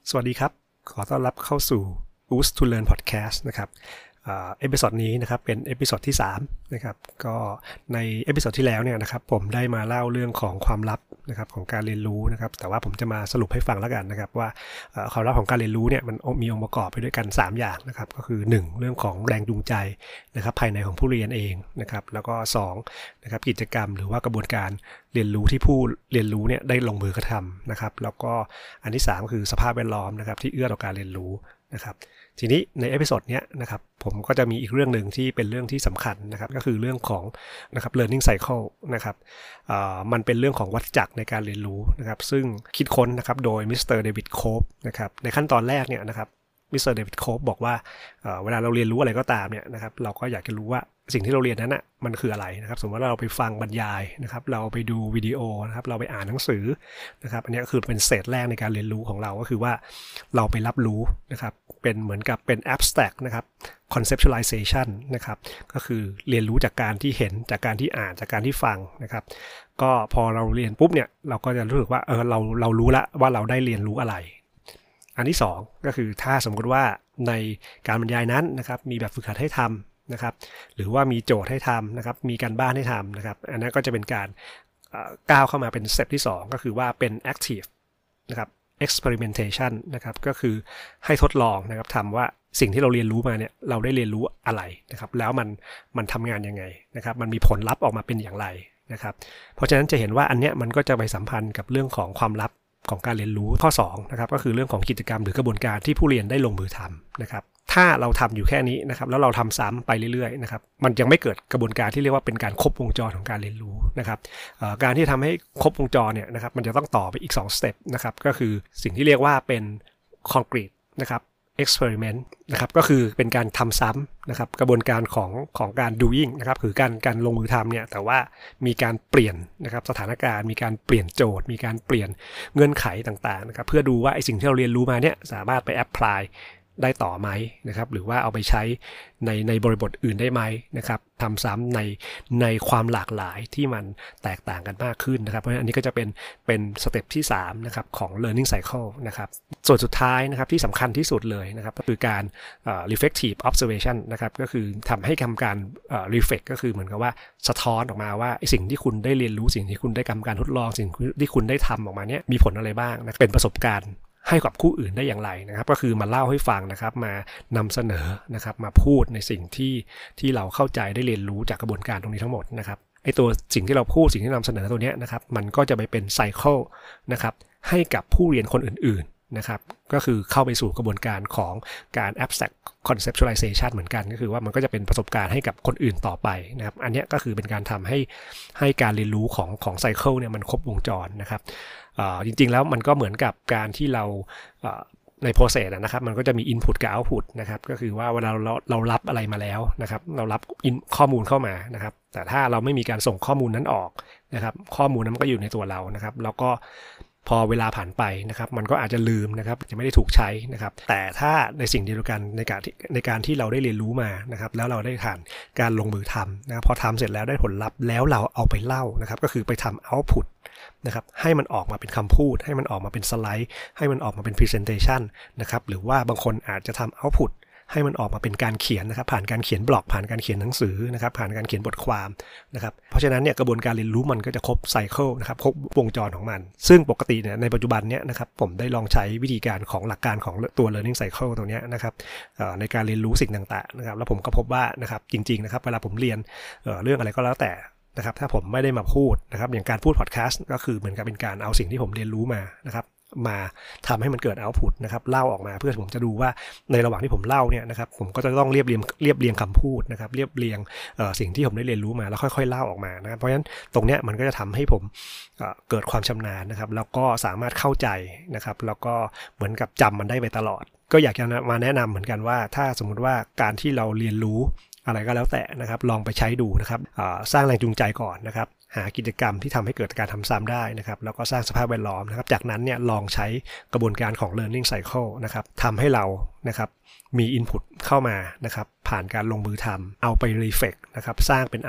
สวัสดีครับขอต้อนรับเข้าสู่ Boost to Learn Podcast นะครับเอพิโซดนี้นะครับเป็นเอพิโซดที่3นะครับก็ในเอพิโซดที่แล้วเนี่ยนะครับผมได้มาเล่าเรื่องของความลับนะครับของการเรียนรู้นะครับแต่ว่าผมจะมาสรุปให้ฟังแล้วกันนะครับว่าความลับของการเรียนรู้เนี่ยมันมีองค์ประกอบไปด้วยกัน3อย่างนะครับก็คือ1เรื่องของแรงจูงใจนะครับภายในของผู้เรียนเองนะครับแล้วก็2นะครับกิจกรรมหรือว่ากระบวนการเรียนรู้ที่ผู้เรียนรู้เนี่ยได้ลงมือกระทำนะครับแล้วก็อันที่3คือสภาพแวดล้อมนะครับที่เอื้อต่อการเรียนรู้นะครับทีนี้ในเอพิโซดนี้นะครับผมก็จะมีอีกเรื่องหนึ่งที่เป็นเรื่องที่สำคัญนะครับก็คือเรื่องของนะครับ learning cycle นะครับมันเป็นเรื่องของวัฏจักรในการเรียนรู้นะครับซึ่งคิดค้นนะครับโดยมิสเตอร์เดวิดโคฟนะครับในขั้นตอนแรกเนี่ยนะครับมิสเตอร์เดวิดโคฟบอกว่าเวลาเราเรียนรู้อะไรก็ตามเนี่ยนะครับเราก็อยากจะรู้ว่าสิ่งที่เราเรียนนั้นมันคืออะไรนะครับสมมติว่าเราไปฟังบรรยายนะครับเราไปดูวิดีโอนะครับเราไปอ่านหนังสือนะครับอันนี้ก็คือเป็นเศษแรกในการเรียนรู้ของเราก็คือว่าเราไปรับรู้นะครับเป็นเหมือนกับเป็น abstract นะครับ conceptualization นะครับก็คือเรียนรู้จากการที่เห็นจากการที่อ่านจากการที่ฟังนะครับก็พอเราเรียนปุ๊บเนี่ยเราก็จะรู้สึกว่าเรารู้ละว่าเราได้เรียนรู้อะไรอันที่2ก็คือถ้าสมมติว่าในการบรรยายนั้นนะครับมีแบบฝึกหัดให้ทำนะครับหรือว่ามีโจทย์ให้ทำนะครับมีการบ้านให้ทำนะครับอันนั้นก็จะเป็นการก้าวเข้ามาเป็นสเต็ปที่2ก็คือว่าเป็น active นะครับ experimentation นะครับก็คือให้ทดลองนะครับทำว่าสิ่งที่เราเรียนรู้มาเนี่ยเราได้เรียนรู้อะไรนะครับแล้วมันทำงานยังไงนะครับมันมีผลลัพธ์ออกมาเป็นอย่างไรนะครับเพราะฉะนั้นจะเห็นว่าอันเนี้ยมันก็จะไปสัมพันธ์กับเรื่องของความลับของการเรียนรู้ข้อ2นะครับก็คือเรื่องของกิจกรรมหรือกระบวนการที่ผู้เรียนได้ลงมือทำนะครับถ้าเราทำอยู่แค่นี้นะครับแล้วเราทำซ้ำไปเรื่อยๆนะครับมันยังไม่เกิดกระบวนการที่เรียกว่าเป็นการครบวงจรของการเรียนรู้นะครับการที่ทำให้ครบวงจรเนี่ยนะครับมันจะต้องต่อไปอีก2สเต็ปนะครับก็คือสิ่งที่เรียกว่าเป็น concrete นะครับ experiment นะครับก็คือเป็นการทำซ้ำนะครับกระบวนการของการ doing นะครับคือการลงมือทำเนี่ยแต่ว่ามีการเปลี่ยนนะครับสถานการณ์มีการเปลี่ยนโจทย์มีการเปลี่ยนเงื่อนไขต่างๆนะครับเพื่อดูว่าไอ้สิ่งที่เราเรียนรู้มาเนี่ยสามารถไป applyได้ต่อไหมนะครับหรือว่าเอาไปใช้ในบริบทอื่นได้ไหมนะครับทำซ้ำในความหลากหลายที่มันแตกต่างกันมากขึ้นนะครับเพราะฉะนั้นอันนี้ก็จะเป็นสเต็ปที่3นะครับของ learning cycle นะครับส่วนสุดท้ายนะครับที่สำคัญที่สุดเลยนะครับก็คือการ reflective observation นะครับก็คือทำให้ทำการreflect ก็คือเหมือนกับว่าสะท้อนออกมาว่าสิ่งที่คุณได้เรียนรู้สิ่งที่คุณได้ทำการทดลองสิ่งที่คุณได้ทำออกมาเนี่ยมีผลอะไรบ้างนะเป็นประสบการณ์ให้กับคู่อื่นได้อย่างไรนะครับก็คือมาเล่าให้ฟังนะครับมานำเสนอนะครับมาพูดในสิ่งที่เราเข้าใจได้เรียนรู้จากกระบวนการตรงนี้ทั้งหมดนะครับไอ้ตัวสิ่งที่เราพูดสิ่งที่นำเสนอตัวนี้นะครับมันก็จะไปเป็นไซเคิลนะครับให้กับผู้เรียนคนอื่นๆนะครับก็คือเข้าไปสู่กระบวนการของการ abstract conceptualization เหมือนกันก็คือว่ามันก็จะเป็นประสบการณ์ให้กับคนอื่นต่อไปนะครับอันนี้ก็คือเป็นการทำให้การเรียนรู้ของไซเคิลเนี่ยมันครบวงจรนะครับจริงๆแล้วมันก็เหมือนกับการที่เราใน process นะครับมันก็จะมี input กับ output นะครับก็คือว่าเวลาเรารับอะไรมาแล้วนะครับเรารับข้อมูลเข้ามานะครับแต่ถ้าเราไม่มีการส่งข้อมูลนั้นออกนะครับข้อมูลนั้นมันก็อยู่ในตัวเรานะครับแล้วก็พอเวลาผ่านไปนะครับมันก็อาจจะลืมนะครับจะไม่ได้ถูกใช้นะครับแต่ถ้าในสิ่งเดียวกันในการที่เราได้เรียนรู้มานะครับแล้วเราได้ผ่านการลงมือทำนะครับพอทำเสร็จแล้วได้ผลลัพธ์แล้วเราเอาไปเล่านะครับก็คือไปทำ output นะครับให้มันออกมาเป็นคำพูดให้มันออกมาเป็นสไลด์ให้มันออกมาเป็น presentation นะครับหรือว่าบางคนอาจจะทำ output ให้มันออกมาเป็นการเขียนนะครับผ่านการเขียนบล็อกผ่านการเขียนหนังสือนะครับผ่านการเขียนบทความนะครับเพราะฉะนั้นเนี่ยกระบวนการเรียนรู้มันก็จะครบไซเคิลนะครับครบวงจรของมันซึ่งปกติเนี่ยในปัจจุบันเนี่ยนะครับผมได้ลองใช้วิธีการของหลักการของตัว learning cycle ตัวนี้นะครับในการเรียนรู้สิ่งต่างๆนะครับแล้วผมก็พบว่านะครับจริงๆนะครับเวลาผมเรียนเรื่องอะไรก็แล้วแต่นะครับถ้าผมไม่ได้มาพูดนะครับอย่างการพูดพอดแคสต์ก็คือเหมือนกับเป็นการเอาสิ่งที่ผมเรียนรู้มานะครับมาทำให้มันเกิด output นะครับเล่าออกมาเพื่อผมจะดูว่าในระหว่างที่ผมเล่าเนี่ยนะครับผมก็จะต้องเรียบเรียงคำพูดนะครับเรียบเรียงสิ่งที่ผมได้เรียนรู้มาแล้วค่อยๆเล่าออกมานะครับเพราะฉะนั้นตรงเนี้ยมันก็จะทำให้ผมเกิดความชำนาญนะครับแล้วก็สามารถเข้าใจนะครับแล้วก็เหมือนกับจำมันได้ไปตลอดก็อยากจะมาแนะนำเหมือนกันว่าถ้าสมมุติว่าการที่เราเรียนรู้อะไรก็แล้วแต่นะครับลองไปใช้ดูนะครับสร้างแรงจูงใจก่อนนะครับหากิจกรรมที่ทำให้เกิดการทำซ้ำได้นะครับแล้วก็สร้างสภาพแวดล้อมนะครับจากนั้นเนี่ยลองใช้กระบวนการของ learning cycle นะครับทำให้เรานะครับมี input เข้ามานะครับผ่านการลงมือทำเอาไป reflect นะครับสร้างเป็น output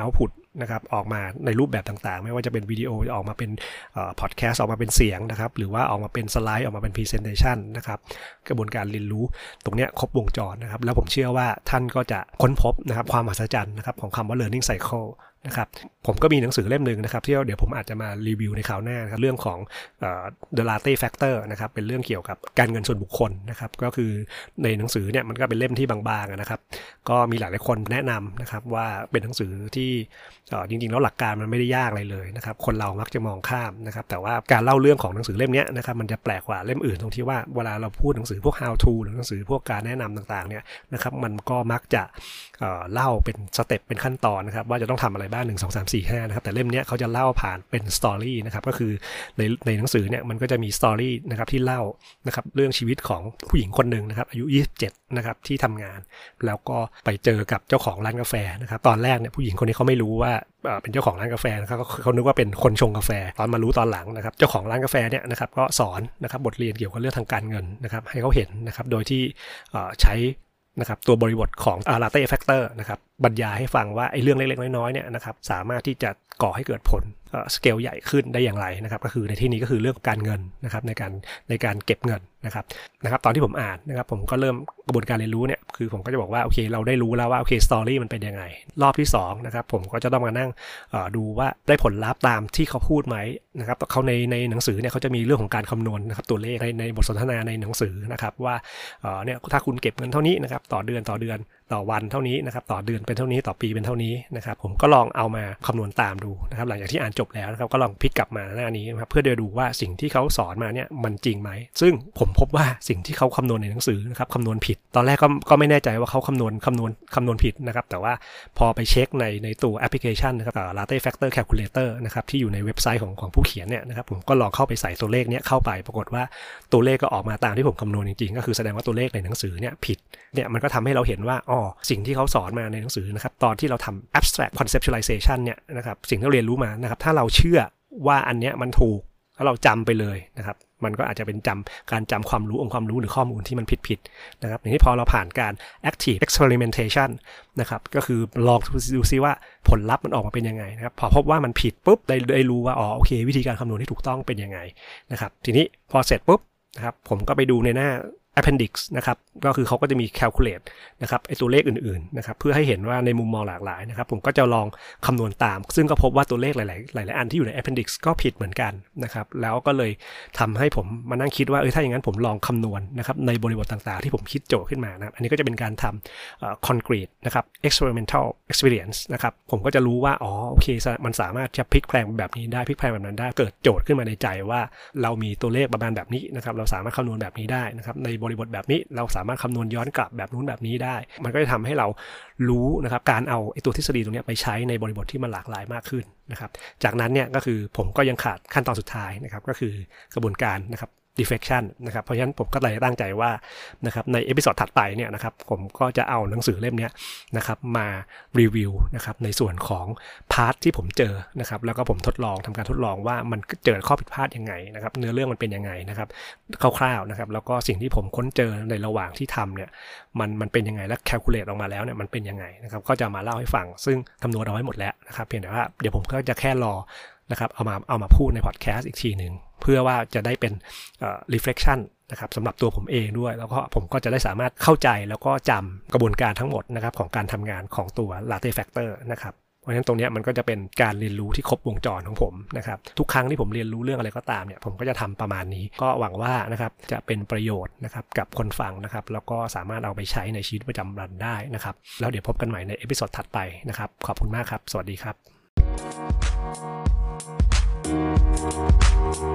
นะครับออกมาในรูปแบบต่างๆไม่ว่าจะเป็นวิดีโอออกมาเป็นพอดแคสต์ออกมาเป็นเสียงนะครับหรือว่าออกมาเป็นสไลด์ออกมาเป็นพรีเซนเทชันนะครับกระบวนการเรียนรู้ตรงนี้ครบวงจรนะครับแล้วผมเชื่อว่าท่านก็จะค้นพบนะครับความมหัศจรรย์นะครับของคำว่า learning cycle นะครับผมก็มีหนังสือเล่มนึงนะครับที่เดี๋ยวผมอาจจะมารีวิวในคราวหน้านะครับเรื่องของThe Latte Factor นะครับเป็นเรื่องเกี่ยวกับการเงินส่วนบุคคลนะครับก็คือในหนังสือเนี่ยมันก็เป็นเล่มที่บางๆนะครับก็มีหลายๆคนแนะนำนะครับว่าเป็นหนังสือที่จริงๆแล้วหลักการมันไม่ได้ยากอะไรเลยนะครับคนเรามักจะมองข้ามนะครับแต่ว่าการเล่าเรื่องของหนังสือเล่มนี้นะครับมันจะแปลกกว่าเล่มอื่นตรงที่ว่าเวลาเราพูดหนังสือพวก how to หรือหนังสือพวกการแนะนำต่างๆเนี่ยนะครับมันก็มักจะเล่าเป็นสเต็ปเป็นขั้นตอนนะครับว่าจะต้องทำอะไรบ้าง1 2 3 4 5นะครับแต่เล่มนี้เขาจะเล่าผ่านเป็นสตอรี่นะครับก็คือในหนังสือเนี่ยมันก็จะมีสตอรี่นะครับที่เล่านะครับเรื่องชีวิตของผู้หญิงคนหนึ่งนะครับอายุ27นะครับที่ทำงานแล้วก็ไปเจอกับเจ้าของร้านกาแฟนะครับตอนแรกเนี่ยผู้หญิงคนนี้เขาไม่รู้ว่าเป็นเจ้าของร้านกาแฟนะครับเขานึกว่าเป็นคนชงกาแฟตอนมารู้ตอนหลังนะครับเจ้าของร้านกาแฟเนี่ยนะครับก็สอนนะครับบทเรียนเกี่ยวกับเรื่องทางการเงินนะครับให้เขาเห็นนะครับโดยที่ใช้นะครับตัวบริบทของ Latte Factor นะครับบรรยายให้ฟังว่าไอ้เรื่องเล็กๆน้อยๆเนี่ยนะครับสามารถที่จะก่อให้เกิดผลสเกลใหญ่ขึ้นได้อย่างไรนะครับก็คือในที่นี้ก็คือเรื่องการเงินนะครับในการเก็บเงินนะครับตอนที่ผมอ่านนะครับผมก็เริ่มกระบวนการเรียนรู้เนี่ยคือผมก็จะบอกว่าโอเคเราได้รู้แล้วว่าโอเคสตอรี่มันเป็นยังไงรอบที่2นะครับผมก็จะต้องมานั่งดูว่าได้ผลลัพธ์ตามที่เขาพูดไหมนะครับเขาในหนังสือเนี่ยเขาจะมีเรื่องของการคำนวณนะครับตัวเลขในบทสนทนาในหนังสือนะครับว่าเนี่ยถ้าคุณเก็บเงินเท่านี้นะครับต่อเดือนต่อวันเท่านี้นะครับต่อเดือนเป็นเท่านี้ต่อปีเป็นเท่านี้นะครับผมก็ลองเอามาคำนวณตามดูนะครับหลังจากที่อ่านจบแล้วนะครับก็ลองพลิกกลับมาหน้านี้นะครับเพื่อดูว่าสิ่งที่เขาสอนมาเนี่ยมันจริงไหมซึ่งผมพบว่าสิ่งที่เขาคำนวณในหนังสือนะครับคำนวณผิดตอนแรกก็ไม่แน่ใจว่าเขาคำนวณผิดนะครับแต่ว่าพอไปเช็คในตัวแอปพลิเคชันนะครับLatte Factor Calculator นะครับที่อยู่ในเว็บไซต์ของผู้เขียนเนี่ยนะครับผมก็ลองเข้าไปใส่ตัวเลขเนี้ยเข้าไปปรากฏว่าตัวเลขก็ออกมาตามที่ผมคำนวณจริงๆก็คือแสดงว่าตัวเลขในหนังสือเนี่ยผิดเนี่ยมันก็ทำให้เราเห็นว่าสิ่งที่เขาสอนมาในหนังสือนะครับตอนที่เราทำ abstract conceptualization เนี่ยนะครับสิ่งที่เราเรียนรู้มานะครับถ้าเราเชื่อว่าอันเนี้ยมันถูกแล้วเราจำไปเลยนะครับมันก็อาจจะเป็นการจำความรู้องค์ความรู้หรือข้อมูลที่มันผิดนะครับอย่างที่พอเราผ่านการ active experimentation นะครับก็คือลองดูซิว่าผลลัพธ์มันออกมาเป็นยังไงนะครับพอพบว่ามันผิดปุ๊บได้รู้ว่าโอเควิธีการคำนวณที่ถูกต้องเป็นยังไงนะครับทีนี้พอเสร็จปุ๊บนะครับผมก็ไปดูในหน้าappendix นะครับก็คือเขาก็จะมี calculate นะครับไอ้ตัวเลขอื่นๆนะครับเพื่อให้เห็นว่าในมุมมองหลากหลายนะครับผมก็จะลองคำนวณตามซึ่งก็พบว่าตัวเลขหลายอันที่อยู่ใน appendix ก็ผิดเหมือนกันนะครับแล้วก็เลยทำให้ผมมานั่งคิดว่าถ้าอย่างนั้นผมลองคำนวณนะครับในบริบทต่างๆที่ผมคิดโจทย์ขึ้นมานะครับอันนี้ก็จะเป็นการทำconcrete นะครับ experimental experience นะครับผมก็จะรู้ว่าโอเคมันสามารถจะพลิกแพลงแบบนี้ได้พลิกแพลงแบบนั้นได้เกิดโจทย์ขึ้นมาในใจว่าเรามีตัวเลขประมาณแบบนี้นะครับเราสามารถคำนวณแบบนี้ได้นะครับในบริบทแบบนี้เราสามารถคำนวณย้อนกลับแบบนู้นแบบนี้ได้มันก็จะทำให้เรารู้นะครับการเอาไอ้ตัวทฤษฎีตรงนี้ไปใช้ในบริบทที่มันหลากหลายมากขึ้นนะครับจากนั้นเนี่ยก็คือผมก็ยังขาดขั้นตอนสุดท้ายนะครับก็คือกระบวนการนะครับ deflection นะครับเพราะฉะนั้นผมก็เลยตั้งใจว่านะครับในเอพิโซดถัดไปเนี่ยนะครับผมก็จะเอาหนังสือเล่มนี้นะครับมารีวิวนะครับในส่วนของพาร์ทที่ผมเจอนะครับแล้วก็ผมทำการทดลองว่ามันเจอข้อผิดพลาดยังไงนะครับเนื้อเรื่องมันเป็นยังไงนะครับคร่าวๆนะครับแล้วก็สิ่งที่ผมค้นเจอในระหว่างที่ทำเนี่ยมันเป็นยังไงและ calculate ออกมาแล้วเนี่ยมันเป็นยังไงนะครับก็จะมาเล่าให้ฟังซึ่งคำนวณเอาไว้หมดแล้วนะครับเพียงแต่ว่าเดี๋ยวผมก็จะแค่รอนะครับเอามาพูดในพอดแคสต์อีกทีนึงเพื่อว่าจะได้เป็นreflection นะครับสำหรับตัวผมเองด้วยแล้วก็ผมก็จะได้สามารถเข้าใจแล้วก็จำกระบวนการทั้งหมดนะครับของการทำงานของตัว Latte Factor นะครับเพราะฉะนั้นตรงนี้มันก็จะเป็นการเรียนรู้ที่ครบวงจรของผมนะครับทุกครั้งที่ผมเรียนรู้เรื่องอะไรก็ตามเนี่ยผมก็จะทำประมาณนี้ก็หวังว่านะครับจะเป็นประโยชน์นะครับกับคนฟังนะครับแล้วก็สามารถเอาไปใช้ในชีวิตประจำวันได้นะครับแล้วเดี๋ยวพบกันใหม่ในเอพิโซดถัดไปนะครับขอบคุณมากครับสวัสดีครับ